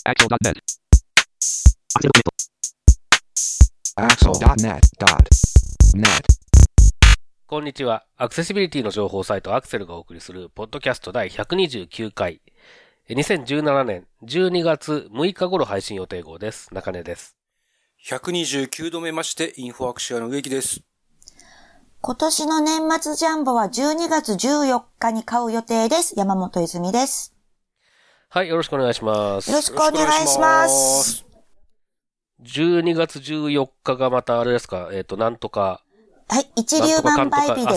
Axel.net. Axel.net.net こんにちは。アクセシビリティの情報サイトアクセルがお送りするポッドキャスト第129回。2017年12月6日頃配信予定号です。中根です。 129度目まして、インフォアクシアの植木です。 今年の年末ジャンボは12月14日に買う予定です。山本泉です。 はい、よろしくお願いします。 よろしくお願いします。 12月14日がまたあれですか、なんとか。 はい、一粒万倍日です。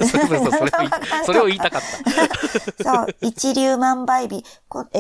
それを言いたかった。 そう、一粒万倍日。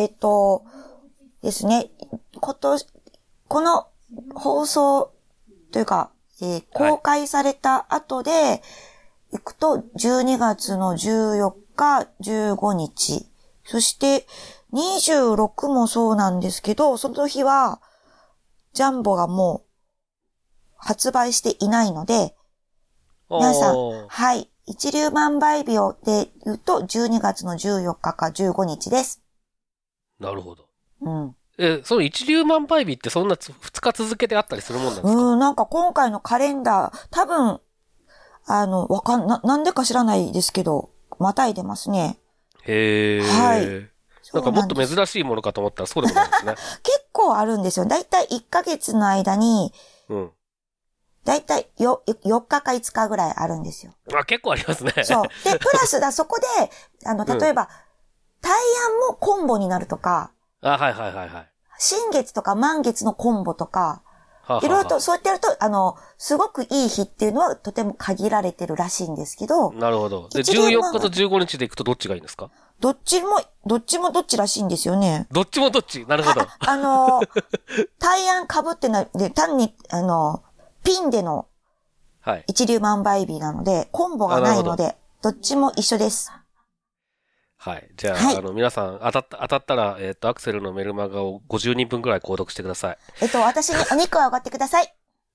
ですね、この放送というか、公開された後で、行くと12月の14日、15日、そして26もそうなんですけど、その日は、ジャンボがもう発売していないので、皆さん、はい、一粒万倍日をで言うと12月の14日か15日です。 なるほど。 うん。 その一粒万倍日ってそんな2日続けてあったりするもんなんですか？ なんか今回のカレンダー、多分、なんでか知らないですけど、またいでますね。 へー。 はい。 なんかもっと珍しいものかと思ったらそうでもないですね。 結構あるんですよ。だいたい1ヶ月の間に、だいたい4日か5日ぐらいあるんですよ。 あ、結構ありますね。 そう。で、プラスそこで、例えば、大安もコンボになるとか、 あ、はいはいはいはい。 新月とか満月のコンボとか、いろいろと、そうやってやると、すごくいい日っていうのはとても限られてるらしいんですけど。 なるほど。で、14日と15日で行くとどっちがいいんですか？ どっちもどっちらしいんですよね。 どっちもどっち？なるほど。 大安被ってないで、単に、ピンでの、一粒万倍日なので、コンボがないので、どっちも一緒です。 はい。じゃあ、皆さん、当たったら、アクセルのメルマガを50人分くらい購読してください。 私にお肉をおごってください。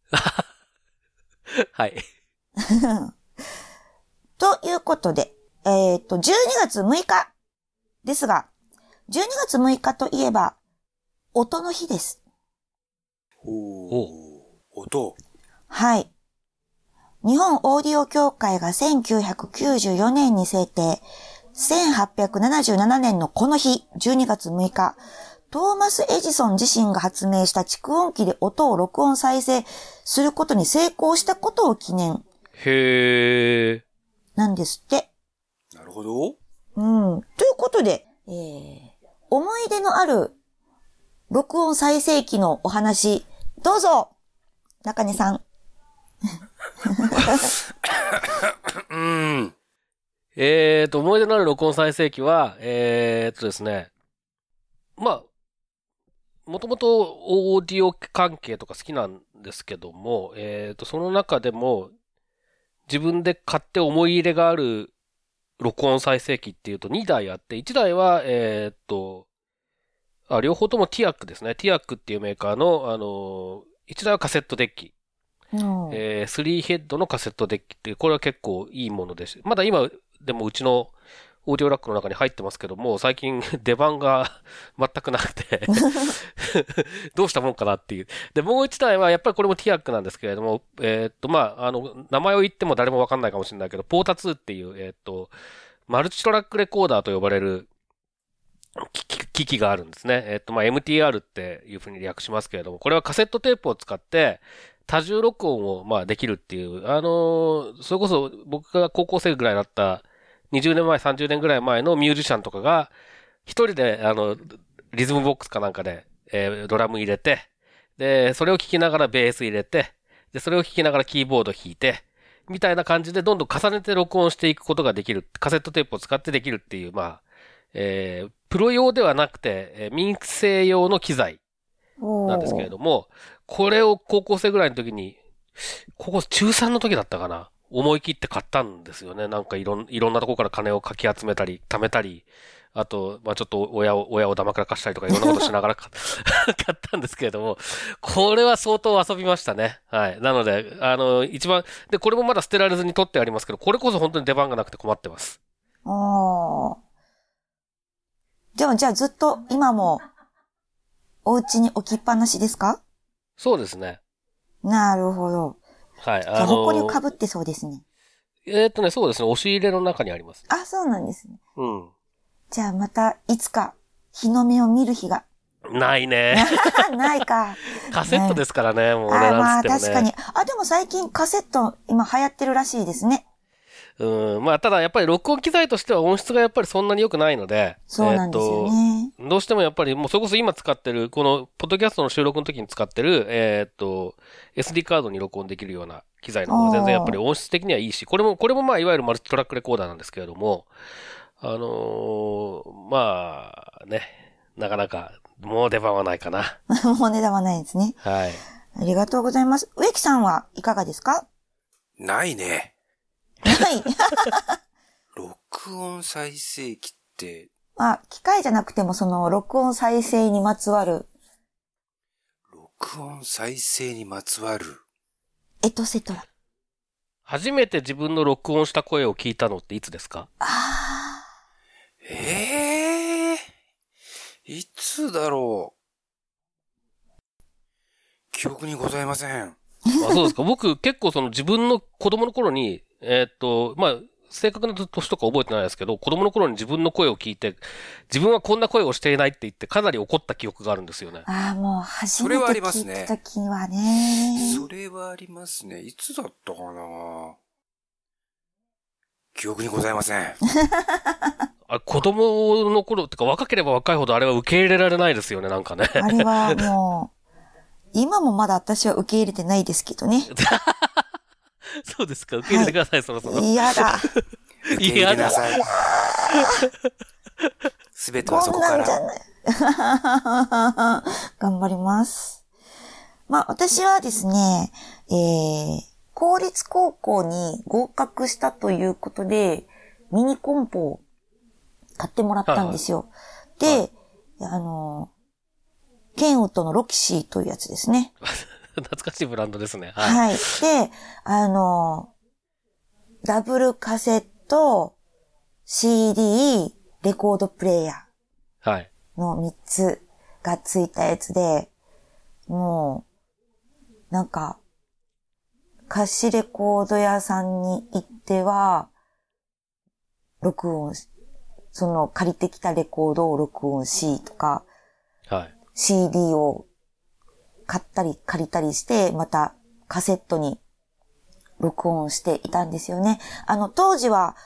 はい。 ということで、12月6日ですが、12月6日といえば、音の日です。 音。 はい。日本オーディオ協会が1994年に制定、1877年のこの日、12月6日、トーマス・エジソン自身が発明した蓄音機で音を録音再生することに成功したことを記念。 へー。 なんですって。 なるほど。 ということで、思い出のある録音再生機のお話、どうぞ中根さん。 思い出のある録音再生機は、ですね。まあ、もともとオーディオ関係とか好きなんですけども、その中でも自分で買って思い入れがある録音再生機っていうと2台あって、1台は、両方ともティアックですね。ティアックっていうメーカーの、1台はカセットデッキ。3ヘッドのカセットデッキっていう、これは結構いいものです。まだ今でもうちのオーディオラックの中に入ってますけども、最近出番が全くなくてどうしたもんかなっていう。で、もう一台はやっぱりこれもティアックなんですけれども、名前を言っても誰もわかんないかもしれないけど、ポータ2っていう、マルチトラックレコーダーと呼ばれる機器があるんですね。MTR っていうふうに略しますけれども、これはカセットテープを使って、多重録音を、できるっていう、それこそ僕が高校生ぐらいだった20年前、30年ぐらい前のミュージシャンとかが、一人で、リズムボックスかなんかで、ドラム入れて、で、それを聴きながらベース入れて、で、それを聴きながらキーボード弾いて、みたいな感じでどんどん重ねて録音していくことができる、カセットテープを使ってできるっていう、プロ用ではなくて、民生用の機材なんですけれども、これを高校生ぐらいの時に、中3の時だったかな。思い切って買ったんですよね。なんかいろんなとこから金をかき集めたり、貯めたり、あと、ちょっと親をだまくらかしたりとかいろんなことしながら買ったんですけれども、これは相当遊びましたね。はい。なので、一番、で、これもまだ捨てられずに取ってありますけど、これこそ本当に出番がなくて困ってます。 でもじゃあずっと今もお家に置きっぱなしですか？ そうですね。 なるほど。 はい。 じゃあ、埃をかぶってそうですね。 そうですね。押し入れの中にあります。 あ、そうなんですね。 うん。 じゃあまた、いつか、日の目を見る日が。 ないね。 ないか。 カセットですからね、もうね、 まあなんつってもね。 確かに。あ、でも最近カセット、今流行ってるらしいですね。 まあ、ただやっぱり録音機材としては音質がやっぱりそんなに良くないので。 そうなんですよね。 どうしてもやっぱりもうそれこそ今使ってる、この、ポッドキャストの収録の時に使ってる、SD カードに録音できるような機材の方が全然やっぱり音質的にはいいし、これもまあ、いわゆるマルチトラックレコーダーなんですけれども、まあ、ね、なかなか、もう出番はないかな。 もう値段はないですね。 はい。 ありがとうございます。植木さんはいかがですか？ ないね。 はい。 録音再生機って。 まあ、機械じゃなくてもその録音再生にまつわる。 録音再生にまつわる。 エトセトラ。 初めて自分の録音した声を聞いたのっていつですか？ いつだろう。記憶にございません。 あ、そうですか。僕結構その自分の子供の頃に、まあ、正確な年とか覚えてないですけど、子供の頃に自分の声を聞いて、自分はこんな声をしていないって言ってかなり怒った記憶があるんですよね。 もう初めて聞いた時はね。 それはありますね。いつだったかな。記憶にございません。 子供の頃ってか若ければ若いほどあれは受け入れられないですよね、なんかね。 あれはもう、今もまだ私は受け入れてないですけどね。 そうですか、受け入れてください、そろそろ。 嫌だ。 受け入れなさい。すべてはそこから。 こんなんじゃない。頑張ります。まあ、私はですね、公立高校に合格したということで、ミニコンポを買ってもらったんですよ。で、ケンウッドのロキシーというやつですね。 懐かしいブランドですね。 はい。で、ダブルカセット、CD、レコードプレイヤーの3つがついたやつで、もう、なんか、貸しレコード屋さんに行っては、その借りてきたレコードを録音しとか、CD を買ったり借りたりして、またカセットに録音していたんですよね。当時は、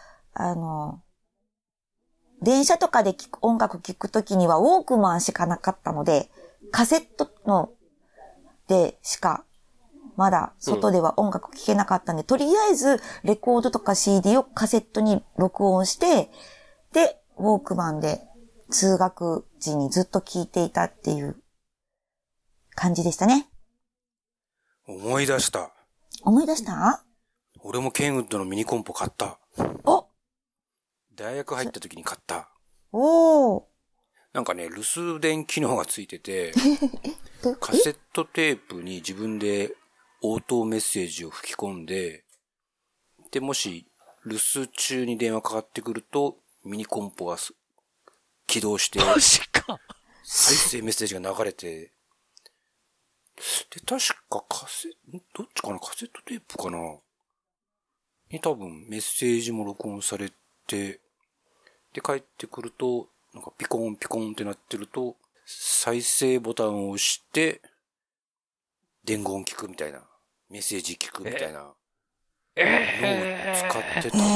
電車とかで音楽聴くときにはウォークマンしかなかったので、カセットでしか、まだ外では音楽聴けなかったんで、とりあえずレコードとか CD をカセットに録音して、で、ウォークマンで通学時にずっと聴いていたっていう感じでしたね。 思い出した。 思い出した？ 俺もケンウッドのミニコンポ買った。 お！ 大学入った時に買った。 おー。 なんかね、留守電機能がついてて、カセットテープに自分で応答メッセージを吹き込んで、で、もし留守中に電話かかってくると、ミニコンポが起動して、 確か。 再生メッセージが流れて、で、確かどっちかな、カセットテープかなに多分メッセージも録音されて、で、帰ってくると、なんかピコンピコンってなってると、再生ボタンを押して、伝言聞くみたいな、メッセージ聞くみたいな、のを使ってたな。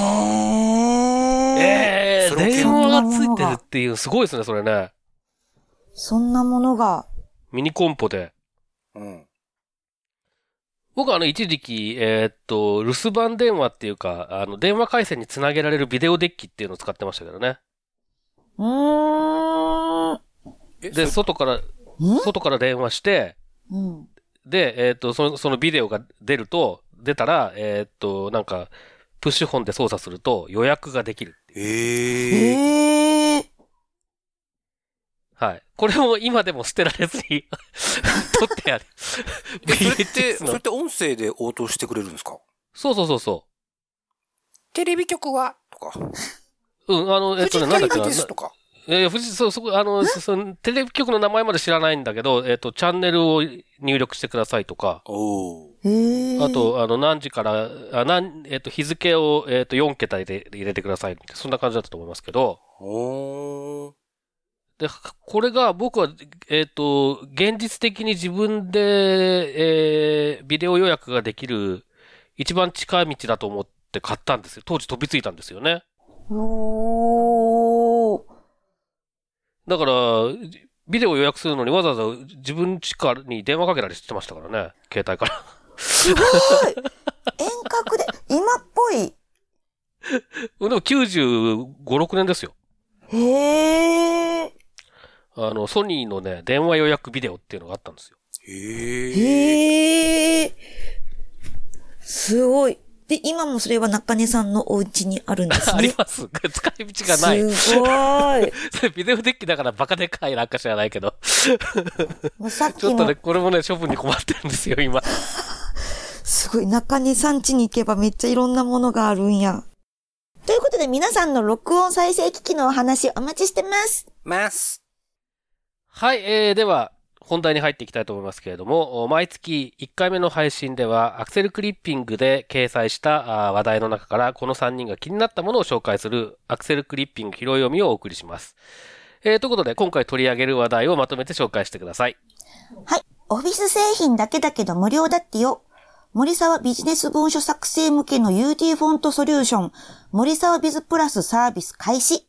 電話がついてるっていう、すごいですね、それね。 そんなものが。 ミニコンポで。 うん。 僕は一時期、留守番電話っていうか、電話回線につなげられるビデオデッキっていうのを使ってましたけどね。で、外から電話して、で、そのビデオが出たら、なんか、プッシュホンで操作すると予約ができるっていう。はい。これも今でも捨てられずに撮ってある。 それって音声で応答してくれるんですか？ そう。 テレビ局はとか。 なんだっけな。 ですとか。 テレビ局の名前まで知らないんだけど、チャンネルを入力してくださいとか。 おあと、何時から、日付を、4桁で入れてくださいって、そんな感じだったと思いますけど。で、これが僕は、現実的に自分で、ビデオ予約ができる一番近い道だと思って買ったんですよ。当時飛びついたんですよね。だから、ビデオ予約するのにわざわざ自分家に電話かけたりしてましたからね。携帯から。 すごい遠隔で、今っぽい。 でも95、6年ですよ。 へー。 ソニーのね、電話予約ビデオっていうのがあったんですよ。 へー。すごい。で、今もそれは中根さんのお家にあるんですね。 あります。使い道がない。 すごい。 それビデオデッキだからバカでかいなんか知らないけど。 もうさっきのちょっとね、これもね、処分に困ってるんですよ、今。 すごい。中根さん家に行けばめっちゃいろんなものがあるんや。ということで皆さんの録音再生機器のお話お待ちしてます。 はい、では、本題に入っていきたいと思いますけれども、毎月1回目の配信では、アクセルクリッピングで掲載した話題の中から、この3人が気になったものを紹介する、アクセルクリッピング拾い読みをお送りします。ということで、今回取り上げる話題をまとめて紹介してください。 はい。オフィス製品だけだけど無料だってよ。森沢ビジネス文書作成向けの UD フォントソリューション、森沢ビズプラスサービス開始。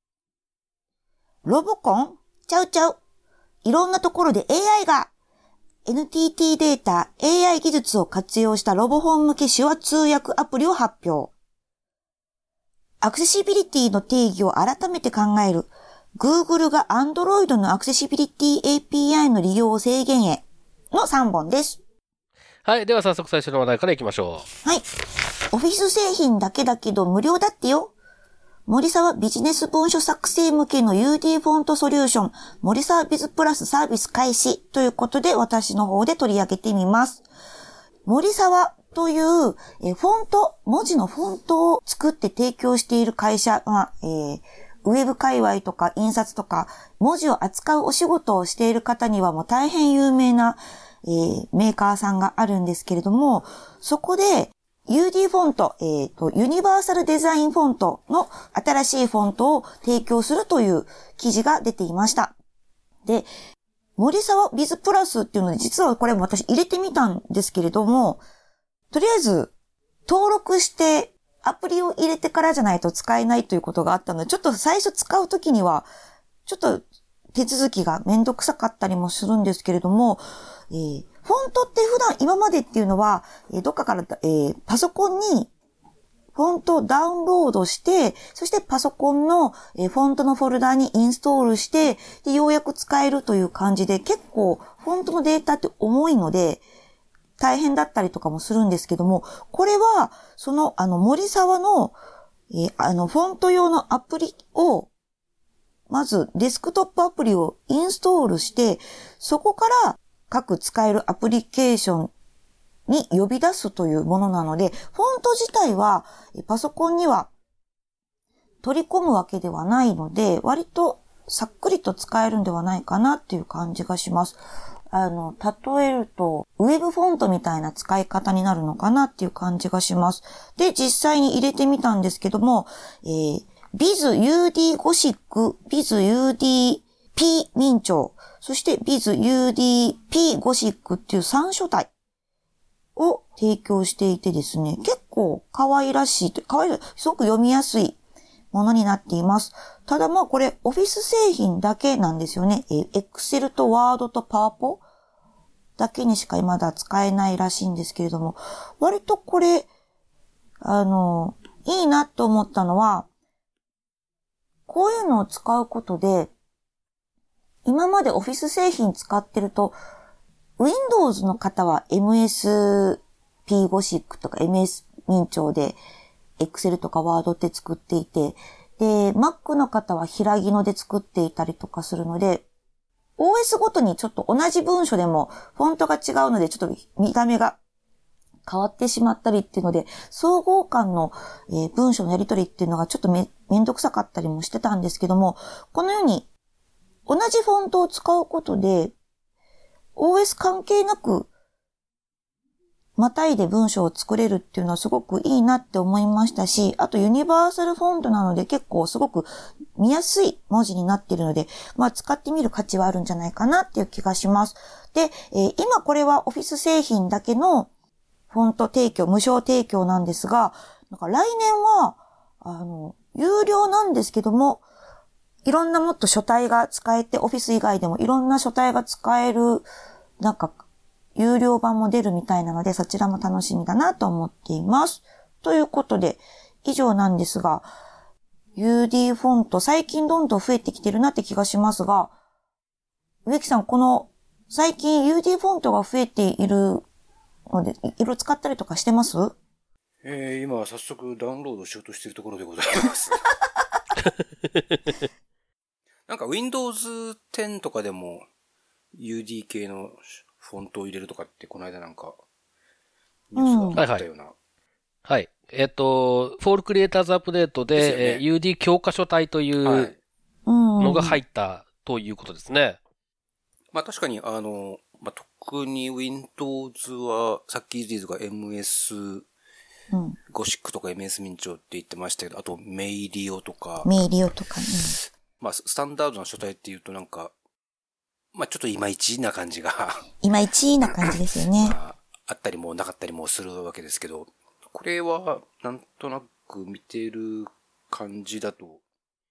ロボコン？ちゃうちゃう。いろんなところで AI が NTT データ、AI 技術を活用したロボ本向け手話通訳アプリを発表。アクセシビリティの定義を改めて考える。Google が Android のアクセシビリティ API の利用を制限への3本です。 はい。では早速最初の話題からいきましょう。はい。オフィス製品だけだけど無料だってよ。森沢ビジネス文書作成向けの UD フォントソリューション、森沢ビズプラスサービス開始ということで私の方で取り上げてみます。森沢というフォント、文字のフォントを作って提供している会社が、ウェブ界隈とか印刷とか文字を扱うお仕事をしている方にはもう大変有名な、メーカーさんがあるんですけれども、そこでUD フォント、ユニバーサルデザインフォントの新しいフォントを提供するという記事が出ていました。で、森沢ビズプラスっていうので実はこれも私入れてみたんですけれども、とりあえず登録してアプリを入れてからじゃないと使えないということがあったので、ちょっと最初使うときにはちょっと手続きがめんどくさかったりもするんですけれども、フォントって普段今までっていうのは、どっかから、パソコンにフォントをダウンロードして、そしてパソコンの、フォントのフォルダにインストールして、でようやく使えるという感じで、結構フォントのデータって重いので、大変だったりとかもするんですけども、これは、その、森沢の、フォント用のアプリを、まずデスクトップアプリをインストールして、そこから各使えるアプリケーションに呼び出すというものなので、フォント自体はパソコンには取り込むわけではないので、割とさっくりと使えるんではないかなっていう感じがします。例えると、ウェブフォントみたいな使い方になるのかなっていう感じがします。で、実際に入れてみたんですけども、Biz UD ゴシック、Biz UD P 明朝、そして Biz UD P ゴシックっていう3書体を提供していてですね、結構可愛らしい、すごく読みやすいものになっています。ただまあこれオフィス製品だけなんですよね。Excel と Word と PowerPoint だけにしかまだ使えないらしいんですけれども、割とこれ、いいなと思ったのは、こういうのを使うことで、今までオフィス製品使ってると、Windows の方は MSP ゴシックとか MS 明朝で Excel とか Word って作っていて、で、Mac の方は平木ので作っていたりとかするので、OS ごとにちょっと同じ文書でもフォントが違うのでちょっと見た目が変わってしまったりっていうので、総合間の、文章のやり取りっていうのがちょっとめめんどくさかったりもしてたんですけども、このように同じフォントを使うことで、OS 関係なく、またいで文章を作れるっていうのはすごくいいなって思いましたし、あとユニバーサルフォントなので結構すごく見やすい文字になっているので、使ってみる価値はあるんじゃないかなっていう気がします。で、今これはオフィス製品だけのフォント提供、無償提供なんですが、来年は、有料なんですけども、いろんなもっと書体が使えて、オフィス以外でもいろんな書体が使える、有料版も出るみたいなので、そちらも楽しみだなと思っています。ということで、以上なんですが、UD フォント、最近どんどん増えてきてるなって気がしますが、植木さん、最近 UD フォントが増えているので、いろいろ使ったりとかしてます？ 今早速ダウンロードしようとしているところでございます。Windows 10とかでも UD 系のフォントを入れるとかってこの間ニュースがあったような。 はい。フォールクリエイターズアップデートで、UD 教科書体というのが入ったということですね。 確かに特に Windows はさっきリーズが MS ゴシックとか MS 明朝って言ってましたけど、あとメイリオとか。 メイリオとかね。 スタンダードな書体っていうとちょっといまいちな感じが。 いまいちな感じですよね。 あったりもなかったりもするわけですけど、これはなんとなく見てる感じだと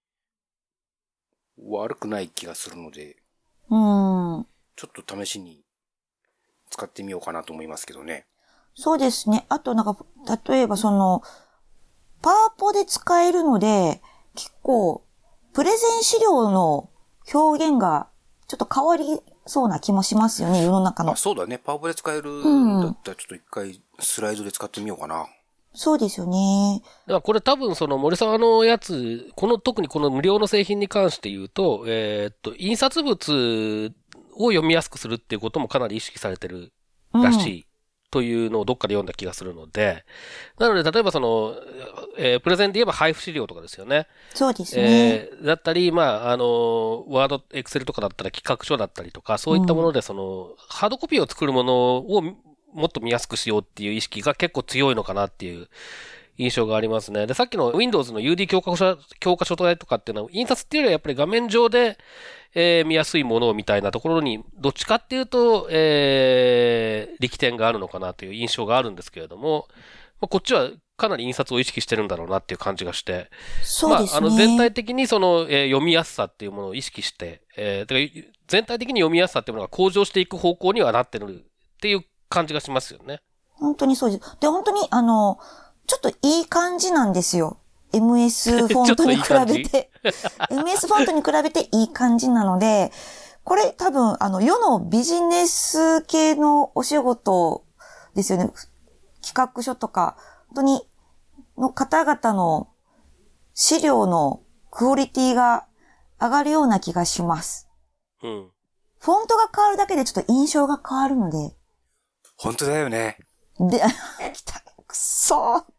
悪くない気がするので、ちょっと試しに使ってみようかなと思いますけどね。 そうですね。あと例えばパワポで使えるので、結構、プレゼン資料の表現がちょっと変わりそうな気もしますよね、世の中の。 そうだね。パワポで使えるんだったらちょっと一回スライドで使ってみようかな。 そうですよね。 だからこれ多分森沢のやつ、特にこの無料の製品に関して言うと、印刷物を読みやすくするっていうこともかなり意識されてるらしい。というのをどっかで読んだ気がするので、なので、例えばプレゼンで言えば配布資料とかですよね。 そうですね。 だったり、ワード、エクセルとかだったら企画書だったりとか、そういったもので、ハードコピーを作るものをもっと見やすくしようっていう意識が結構強いのかなっていう印象がありますね。で、さっきの Windows の UD 教科書体とかっていうのは、印刷っていうよりはやっぱり画面上で、見やすいものみたいなところに、どっちかっていうと、力点があるのかなという印象があるんですけれども、こっちはかなり印刷を意識してるんだろうなっていう感じがして、 そうですね。 全体的に読みやすさっていうものを意識して、だから全体的に読みやすさっていうものが向上していく方向にはなってるっていう感じがしますよね。 本当にそうです。で、本当にちょっといい感じなんですよ。MS フォントに比べて。MS フォントに比べていい感じなので、これ多分、世のビジネス系のお仕事ですよね。企画書とか、本当に、の方々の資料のクオリティが上がるような気がします。 うん。 フォントが変わるだけでちょっと印象が変わるので。 本当だよね。 で、来た。くそー。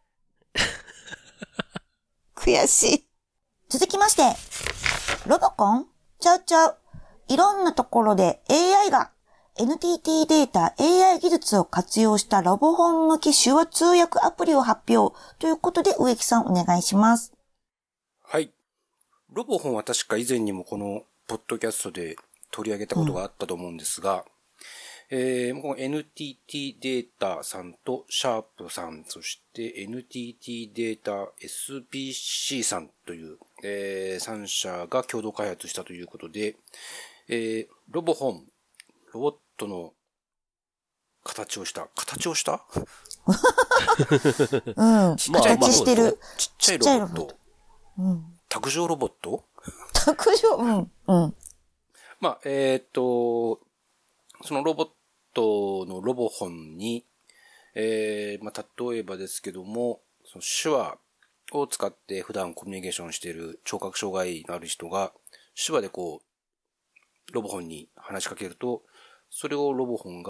悔しい。続きまして、ロボコンちゃうちゃう。いろんなところで AI が NTT データ AI 技術を活用したロボ本向き手話通訳アプリを発表ということで植木さんお願いします。 はい。ロボ本は確か以前にもこのポッドキャストで取り上げたことがあったと思うんですが、この NTT データさんとシャープさん、そして NTT データ SBC さんという、3社が共同開発したということで、ロボ本、ロボットの形をしたうん。形してる。 ちっちゃいロボット。 うん。 卓上ロボット？ 卓上、うん。うん。 そのロボットのロボ本に、例えばですけども、その手話を使って普段コミュニケーションしている聴覚障害のある人が、手話でロボ本に話しかけると、それをロボ本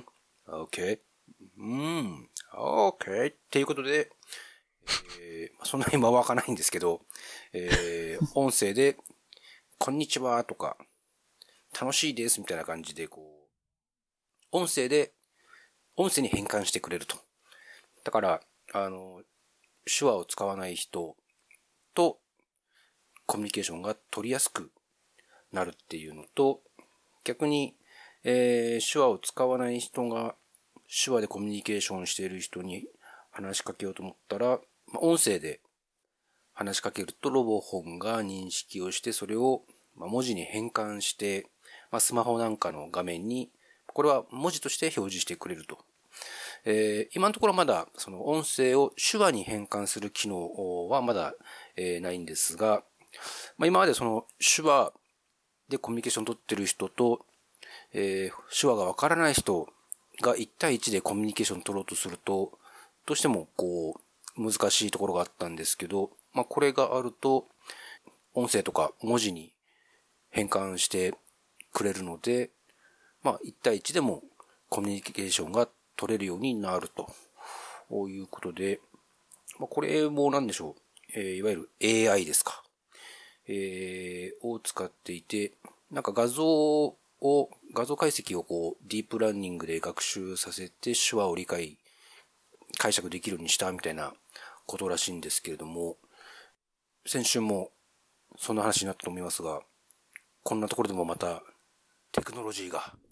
が、OK、OK っていうことで、そそんなに間は開かないんですけど、音声で、こんにちはとか、楽しいですみたいな感じで、音声に変換してくれると。だから、手話を使わない人とコミュニケーションが取りやすくなるっていうのと、逆に、手話を使わない人が手話でコミュニケーションしている人に話しかけようと思ったら、音声で話しかけるとロボホンが認識をして、それを文字に変換して、スマホなんかの画面に、これは文字として表示してくれると。今のところまだその音声を手話に変換する機能はまだ、ないんですが、今までその手話でコミュニケーションを取ってる人と、手話がわからない人が1対1でコミュニケーションを取ろうとすると、どうしても難しいところがあったんですけど、これがあると音声とか文字に変換してくれるので、1対1でもコミュニケーションが取れるようになるということで、これも何でしょう、いわゆる AI ですか、を使っていて、なんか画像解析をディープラーニングで学習させて手話を解釈できるようにしたみたいなことらしいんですけれども、先週もそんな話になったと思いますが、こんなところでもまたテクノロジーが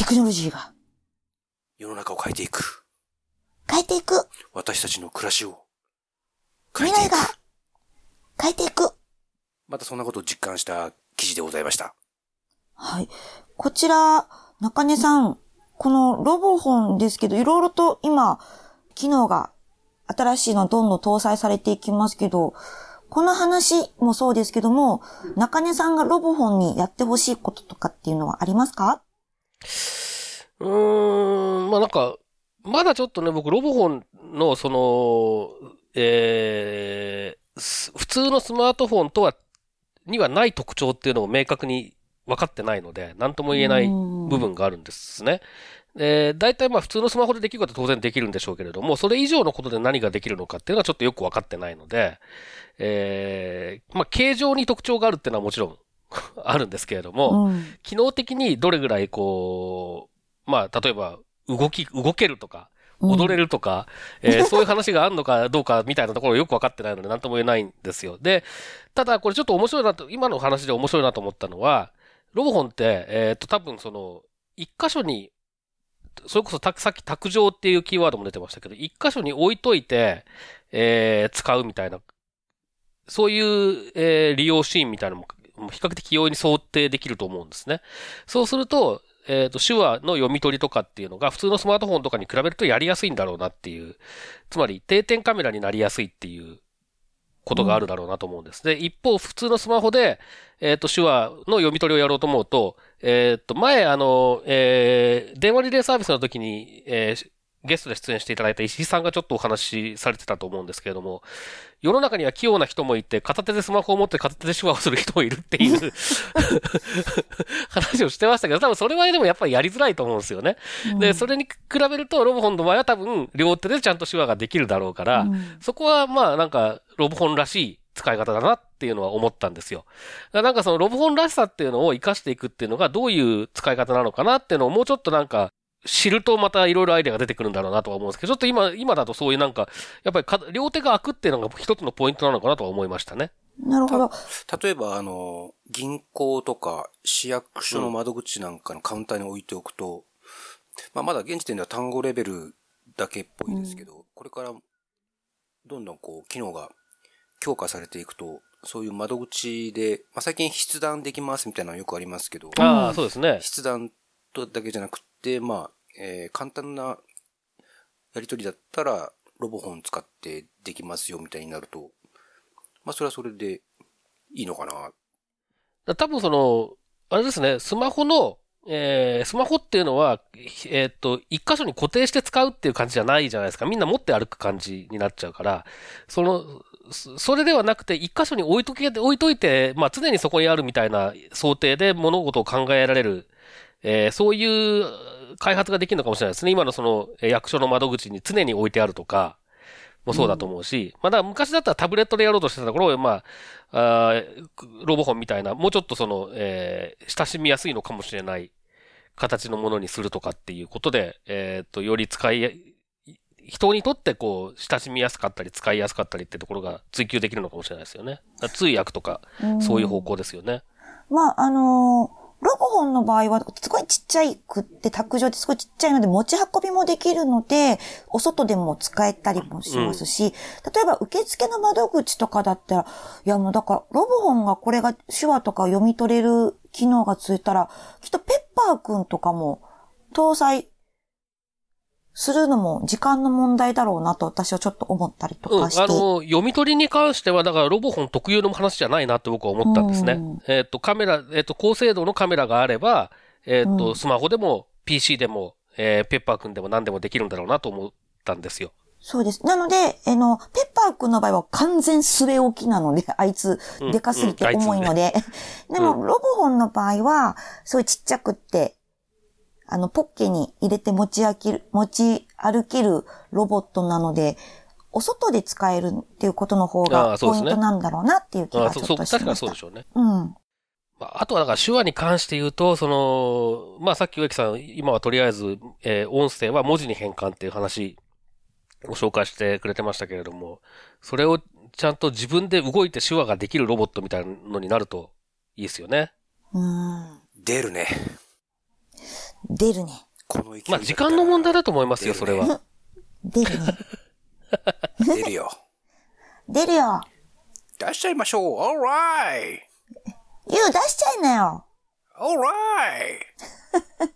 世の中を変えていく。私たちの暮らしを変えていく。 未来が変えていく。 またそんなことを実感した記事でございました。 はい。こちら、中根さん、このロボホンですけど、いろいろと今、機能が新しいのはどんどん搭載されていきますけど、この話もそうですけども、中根さんがロボホンにやってほしいこととかっていうのはありますか？ なんか、まだちょっとね、僕、ロボホンの、普通のスマートフォンにはない特徴っていうのを明確に分かってないので、なんとも言えない部分があるんですね。大体普通のスマホでできることは当然できるんでしょうけれども、それ以上のことで何ができるのかっていうのはちょっとよく分かってないので、形状に特徴があるっていうのはもちろんあるんですけれども、機能的にどれぐらい例えば動けるとか、踊れるとか、そういう話があるのかどうかみたいなところよく分かってないので何とも言えないんですよ。で、ただこれちょっと面白いなと、今の話で面白いなと思ったのは、ロボホンって、多分一箇所に、それこそさっき卓上っていうキーワードも出てましたけど、一箇所に置いといて、使うみたいな、そういう、利用シーンみたいなのも比較的容易に想定できると思うんですね。そうすると、手話の読み取りとかっていうのが普通のスマートフォンとかに比べるとやりやすいんだろうなっていう、つまり定点カメラになりやすいっていうことがあるだろうなと思うんです。で、一方普通のスマホで、手話の読み取りをやろうと思うと、前電話リレーサービスの時に、ゲストで出演していただいた石井さんがちょっとお話しされてたと思うんですけれども、世の中には器用な人もいて、片手でスマホを持って片手で手話をする人もいるっていう話をしてましたけど、多分それはでもやっぱりやりづらいと思うんですよね。で、それに比べるとロボホンの場合は多分両手でちゃんと手話ができるだろうから、そこはなんかロボホンらしい使い方だなっていうのは思ったんですよ。なんかそのロボホンらしさっていうのを活かしていくっていうのがどういう使い方なのかなっていうのをもうちょっとなんか知るとまたいろいろアイデアが出てくるんだろうなとは思うんですけど、ちょっと今だとそういうなんか、やっぱり両手が開くっていうのが一つのポイントなのかなとは思いましたね。 なるほど。 例えば銀行とか市役所の窓口なんかのカウンターに置いておくと、まだ現時点では単語レベルだけっぽいですけど、これからどんどん機能が強化されていくと、そういう窓口で、最近筆談できますみたいなのよくありますけど、 そうですね。 筆談とだけじゃなくて、簡単なやり取りだったらロボホン使ってできますよみたいになると、それはそれでいいのかな。 多分あれですね、スマホっていうのは、一箇所に固定して使うっていう感じじゃないじゃないですか。みんな持って歩く感じになっちゃうから、それではなくて、一箇所に置いといて、常にそこにあるみたいな想定で物事を考えられる、そういう開発ができるのかもしれないですね。今の役所の窓口に常に置いてあるとか、 もそうだと思うし、まあだから昔だったらタブレットでやろうとしてたところを、まあ、ロボホンみたいな、もうちょっとその、親しみやすいのかもしれない形のものにするとかっていうことで、より人にとってこう、親しみやすかったり、使いやすかったりってところが追求できるのかもしれないですよね。通訳とか、そういう方向ですよね。 まあ、ロボホンの場合は、すごいちっちゃいくって、卓上ってすごいちっちゃいので持ち運びもできるので、お外でも使えたりもしますし、例えば受付の窓口とかだったら、いやもうだから、ロボホンがこれが手話とか読み取れる機能がついたら、きっとペッパーくんとかも搭載するのも時間の問題だろうなと私はちょっと思ったりとかして。 読み取りに関しては、だからロボホン特有の話じゃないなって僕は思ったんですね。カメラ、高精度のカメラがあれば、スマホでも PC でも、ペッパーくんでも何でもできるんだろうなと思ったんですよ。 そうです。なので、ペッパーくんの場合は完全据え置きなので、あいつ、でかすぎて重いので。でも、ロボホンの場合は、すごいちっちゃくって、ポッケに入れて持ち歩けるロボットなので、お外で使えるっていうことの方がポイントなんだろうなっていう気がちょっとしました。 確かにそうでしょうね。 うん。 あとはだから手話に関して言うと、まあさっき植木さん、今はとりあえず、音声は文字に変換っていう話を紹介してくれてましたけれども、それをちゃんと自分で動いて手話ができるロボットみたいなのになるといいですよね。 出るね。 出るね。 まあ時間の問題だと思いますよ、それは。 出るね。 出るよ。 出るよ。 出しちゃいましょう。alright! 出しちゃいなよ。 alright!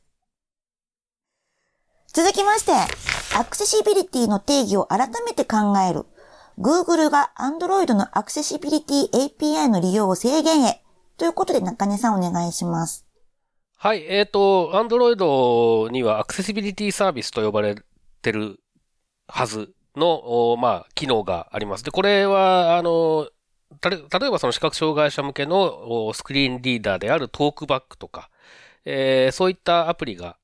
続きまして、アクセシビリティの定義を改めて考える。Google が Android のアクセシビリティ API の利用を制限へ。ということで中根さんお願いします。 はい、Android にはアクセシビリティサービスと呼ばれてるはずの、まあ、機能があります。で、これは、例えばその視覚障害者向けのスクリーンリーダーであるトークバックとか、そういったアプリが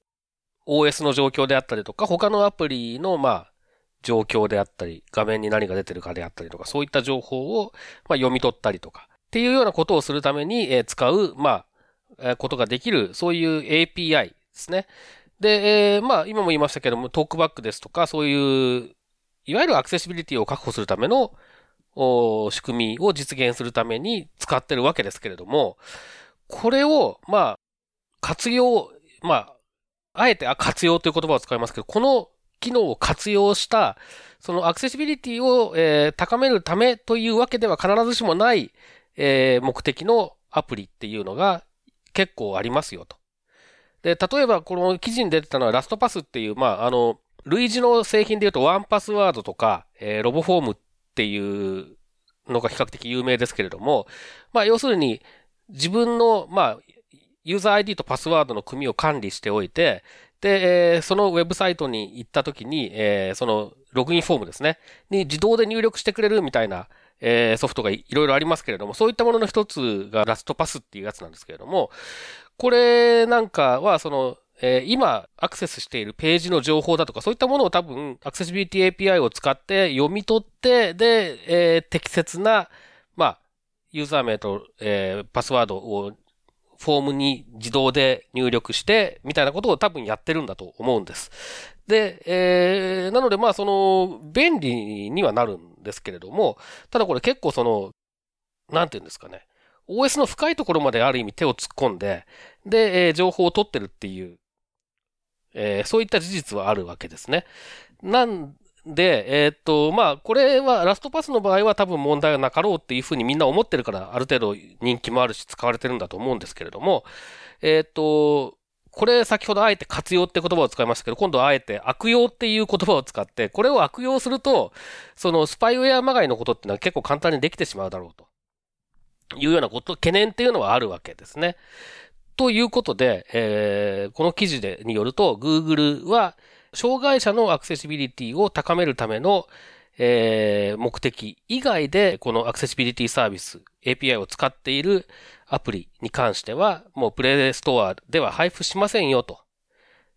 OS の状況であったりとか、他のアプリの、まあ、状況であったり、画面に何が出てるかであったりとか、そういった情報を、まあ、読み取ったりとか、っていうようなことをするために、使う、まあ、ことができる、そういう API ですね。で、まあ、今も言いましたけども、トークバックですとか、そういう、いわゆるアクセシビリティを確保するための、仕組みを実現するために使ってるわけですけれども、これを、まあ、活用、まあ、あえて活用という言葉を使いますけど、この機能を活用した、そのアクセシビリティを、高めるためというわけでは必ずしもない、目的のアプリっていうのが結構ありますよと。で、例えばこの記事に出てたのはラストパスっていう、まあ、類似の製品で言うとワンパスワードとか、ロボフォームっていうのが比較的有名ですけれども、まあ、要するに自分の、まあ、ユーザー ID とパスワードの組を管理しておいて、で、そのウェブサイトに行った時に、そのログインフォームですね、に自動で入力してくれるみたいな、ソフトがいろいろありますけれども、そういったものの一つがラストパスっていうやつなんですけれども、これなんかは、今アクセスしているページの情報だとか、そういったものを多分、アクセシビリティ API を使って読み取って、で、適切な、まあ、ユーザー名と、パスワードをフォームに自動で入力して、みたいなことを多分やってるんだと思うんです。で、なのでまあ便利にはなるんですけれども、ただこれ結構なんていうんですかね、OS の深いところまである意味手を突っ込んで、で、情報を取ってるっていう、そういった事実はあるわけですね。なんで、まあ、これはラストパスの場合は多分問題はなかろうっていうふうにみんな思ってるから、ある程度人気もあるし使われてるんだと思うんですけれども、これ先ほどあえて活用って言葉を使いましたけど、今度はあえて悪用っていう言葉を使って、これを悪用すると、そのスパイウェアまがいのことっていうのは結構簡単にできてしまうだろうというような懸念っていうのはあるわけですね。ということで、この記事によると、Google は障害者のアクセシビリティを高めるための、目的以外で、このアクセシビリティサービス、API を使っているアプリに関しては、もうプレイストアでは配布しませんよと、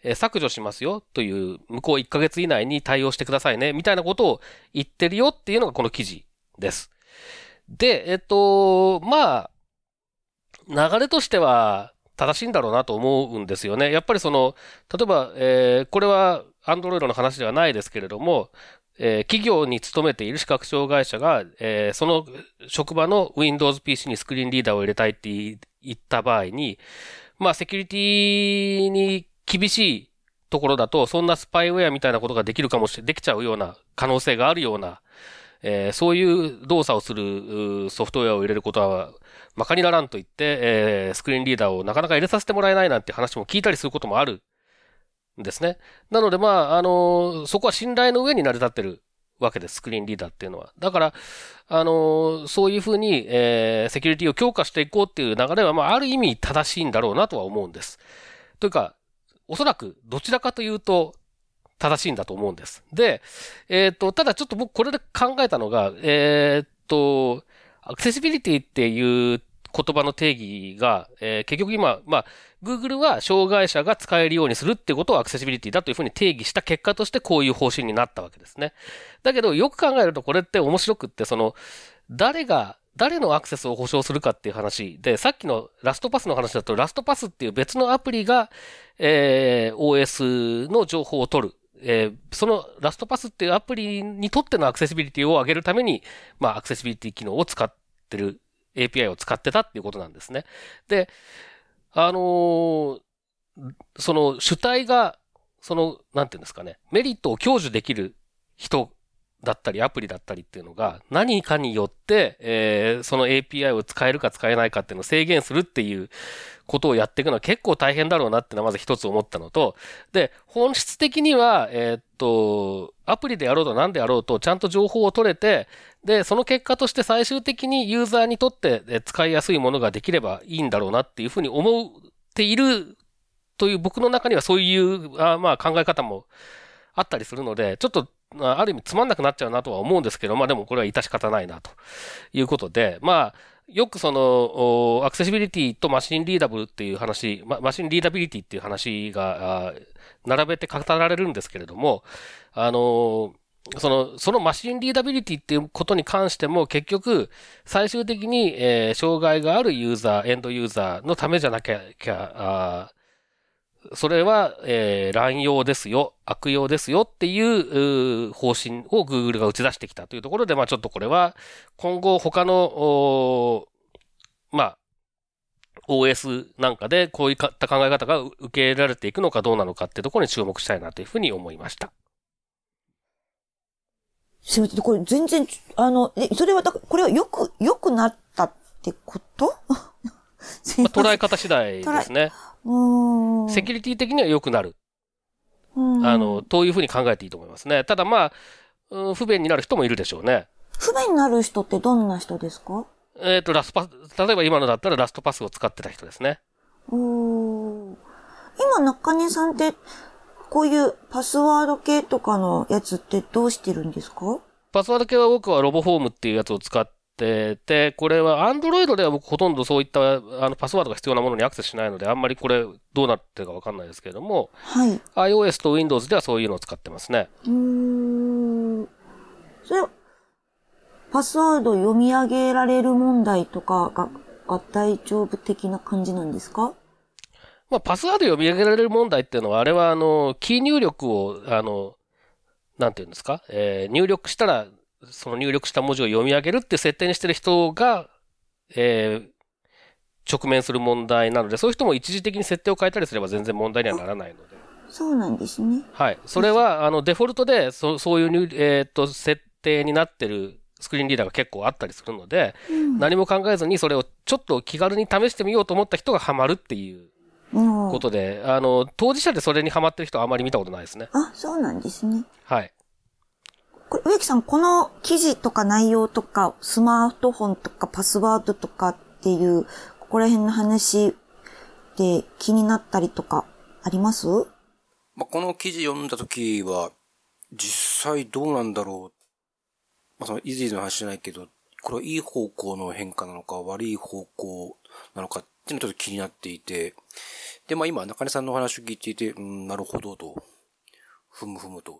削除しますよという、向こう1ヶ月以内に対応してくださいね、みたいなことを言ってるよっていうのがこの記事です。で、まあ、流れとしては正しいんだろうなと思うんですよね。やっぱり例えば、これは Android の話ではないですけれども、企業に勤めている視覚障害者が、その職場の Windows PC にスクリーンリーダーを入れたいって言った場合に、まあ、セキュリティに厳しいところだと、そんなスパイウェアみたいなことができちゃうような可能性があるような、そういう動作をするソフトウェアを入れることは、馬鹿にならんと言って、スクリーンリーダーをなかなか入れさせてもらえないなんて話も聞いたりすることもあるんですね。なので、まあ、そこは信頼の上に成り立ってるわけです、スクリーンリーダーっていうのは。だから、そういうふうに、セキュリティを強化していこうっていう流れは、まあ、ある意味正しいんだろうなとは思うんです。というか、おそらく、どちらかというと、正しいんだと思うんです。で、ただちょっと僕これで考えたのが、アクセシビリティっていう言葉の定義が、結局今、まあ、Google は障害者が使えるようにするってことをアクセシビリティだというふうに定義した結果としてこういう方針になったわけですね。だけど、よく考えるとこれって面白くって、誰のアクセスを保証するかっていう話で、さっきのラストパスの話だと、ラストパスっていう別のアプリが、OS の情報を取る。そのラストパスっていうアプリにとってのアクセシビリティを上げるために、まあ、アクセシビリティ機能を使ってる、API を使ってたっていうことなんですね。で、主体が、なんていうんですかね、メリットを享受できる人だったりアプリだったりっていうのが何かによって、その API を使えるか使えないかっていうのを制限するっていうことをやっていくのは結構大変だろうなっていうのはまず一つ思ったのと、で、本質的には、アプリでやろうと何でやろうとちゃんと情報を取れて、で、その結果として最終的にユーザーにとって使いやすいものができればいいんだろうなっていうふうに思っているという僕の中にはそういうまあ考え方もあったりするので、ちょっとある意味つまんなくなっちゃうなとは思うんですけど、まあでもこれは致し方ないなということで、まあ、よくアクセシビリティとマシンリーダブルっていう話、マシンリーダビリティっていう話が、並べて語られるんですけれども、そのマシンリーダビリティっていうことに関しても結局、最終的に、障害があるユーザー、エンドユーザーのためじゃなきゃ、それは、乱用ですよ、悪用ですよっていう方針を Google が打ち出してきたというところで、まあちょっとこれは今後他の、まあ OS なんかでこういった考え方が受け入れられていくのかどうなのかっていうところに注目したいなというふうに思いました。 すみません、これ全然、それはこれは良くなったってこと捉え方次第ですね。セキュリティ的には良くなる。というふうに考えていいと思いますね。ただまあ、不便になる人もいるでしょうね。 不便になる人ってどんな人ですか？ 例えば今のだったらラストパスを使ってた人ですね。 今中根さんって、こういうパスワード系とかのやつってどうしてるんですか？ パスワード系は僕はロボフォームっていうやつを使ってて、これは Android では僕ほとんどそういったパスワードが必要なものにアクセスしないので、あんまりこれどうなってるかわかんないですけれども、 はい。 iOS と Windows ではそういうのを使ってますね。 それ、パスワード読み上げられる問題とかが大丈夫的な感じなんですか？ まあ、パスワード読み上げられる問題っていうのは、あれはキー入力を、なんていうんですか、入力したら、その入力した文字を読み上げるって設定にしてる人が、直面する問題なので、そういう人も一時的に設定を変えたりすれば全然問題にはならないので。 そうなんですね。 はい。それは、デフォルトで、そういう、設定になってるスクリーンリーダーが結構あったりするので、何も考えずにそれをちょっと気軽に試してみようと思った人がハマるっていうことで、当事者でそれにハマってる人はあまり見たことないですね。 あ、そうなんですね。 はい。 これ、植木さん、この記事とか内容とか、スマートフォンとかパスワードとかっていう、ここら辺の話で気になったりとかあります？ まあ、この記事読んだときは、実際どうなんだろう。まあ、以前の話じゃないけど、これはいい方向の変化なのか悪い方向なのかっていうのがちょっと気になっていて、 で、まあ今、中根さんのお話を聞いていて、なるほどと、ふむふむと、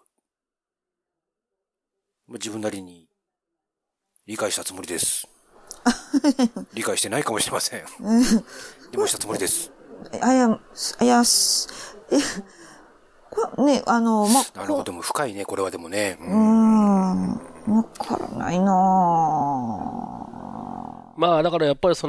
自分なりに理解したつもりです。理解してないかもしれません。でもしたつもりです。 これね、なるほど、でも深いね、これはでもね。 わからないなぁ。 まあ、だからやっぱり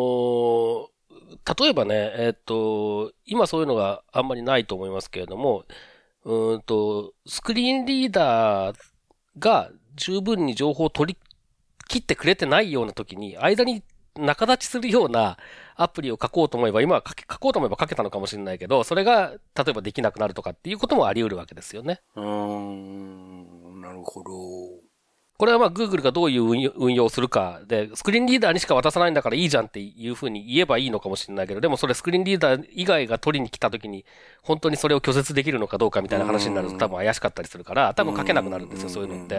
例えばね、今そういうのがあんまりないと思いますけれども、スクリーンリーダーが十分に情報を取り切ってくれてないような時に、間に仲立ちするようなアプリを書こうと思えば、今は書こうと思えば書けたのかもしれないけど、それが、例えばできなくなるとかっていうこともあり得るわけですよね。 なるほど。 これはまあ Google がどういう運用をするかで、スクリーンリーダーにしか渡さないんだからいいじゃんっていうふうに言えばいいのかもしれないけど、でもそれスクリーンリーダー以外が取りに来た時に、本当にそれを拒絶できるのかどうかみたいな話になると多分怪しかったりするから、多分書けなくなるんですよ、そういうのって。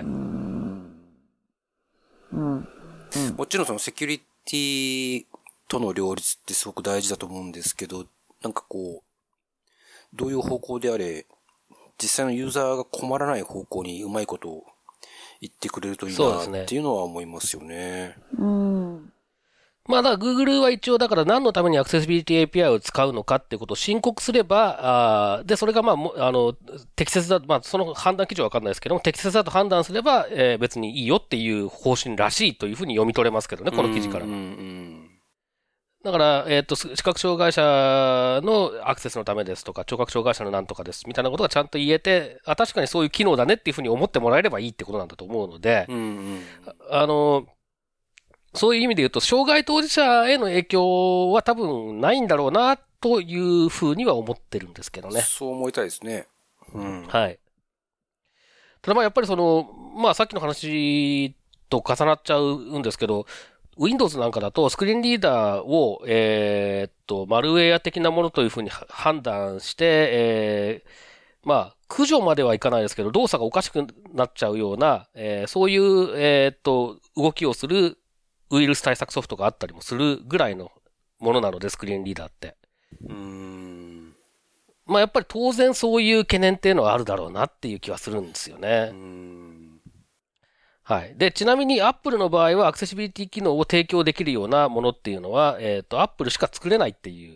もちろんそのセキュリティとの両立ってすごく大事だと思うんですけど、なんかこう、どういう方向であれ、実際のユーザーが困らない方向にうまいことを言ってくれるといいなっていうのは思いますよね。 まあだから Google は一応だから何のためにアクセシビリティ API を使うのかってことを申告すれば、で、それがまあ、適切だ、まあその判断基準はわかんないですけども、適切だと判断すれば、別にいいよっていう方針らしいというふうに読み取れますけどね、この記事からは。だから、視覚障害者のアクセスのためですとか、聴覚障害者のなんとかですみたいなことがちゃんと言えて、確かにそういう機能だねっていうふうに思ってもらえればいいってことなんだと思うので、そういう意味で言うと、障害当事者への影響は多分ないんだろうな、というふうには思ってるんですけどね。 そう思いたいですね。 はい。ただまあやっぱりまあさっきの話と重なっちゃうんですけど、Windows なんかだとスクリーンリーダーを、マルウェア的なものというふうに判断して、まあ、駆除まではいかないですけど、動作がおかしくなっちゃうような、そういう、動きをするウイルス対策ソフトがあったりもするぐらいのものなので、スクリーンリーダーって。まあやっぱり当然そういう懸念っていうのはあるだろうなっていう気はするんですよね。はい。で、ちなみに Apple の場合はアクセシビリティ機能を提供できるようなものっていうのは、Apple しか作れないっていう。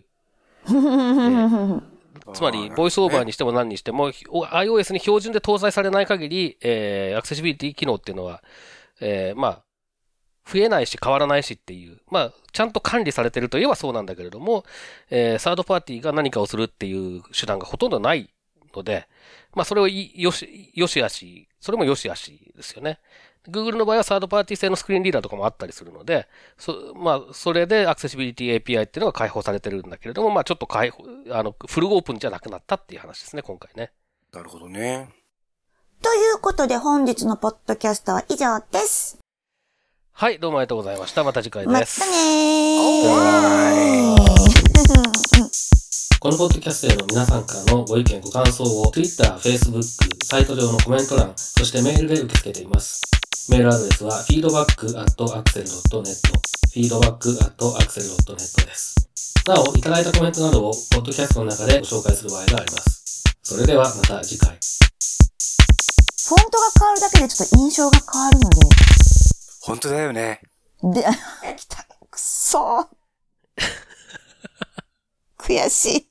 つまり、ボイスオーバーにしても何にしても、iOS に標準で搭載されない限り、アクセシビリティ機能っていうのは、まあ、増えないし変わらないしっていう、まあ、ちゃんと管理されてるといえばそうなんだけれども、サードパーティーが何かをするっていう手段がほとんどないので、まあ、それをよしあし、それもよしあしですよね。Google の場合はサードパーティー製のスクリーンリーダーとかもあったりするので、まあ、それでアクセシビリティ API っていうのが開放されてるんだけれども、まあ、ちょっとフルオープンじゃなくなったっていう話ですね、今回ね。 なるほどね。 ということで本日のポッドキャストは以上です。 はい、どうもありがとうございました。また次回です。 またねー。 このポッドキャストへの皆さんからのご意見ご感想を Twitter、Facebook、サイト上のコメント欄、そしてメールで受け付けています。メールアドレスは feedback@axel.net feedback@axel.net です。なお、いただいたコメントなどをポッドキャストの中でご紹介する場合があります。それではまた次回。 フォントが変わるだけでちょっと印象が変わるので。 本当だよね。 で、来た。くそー。悔しい。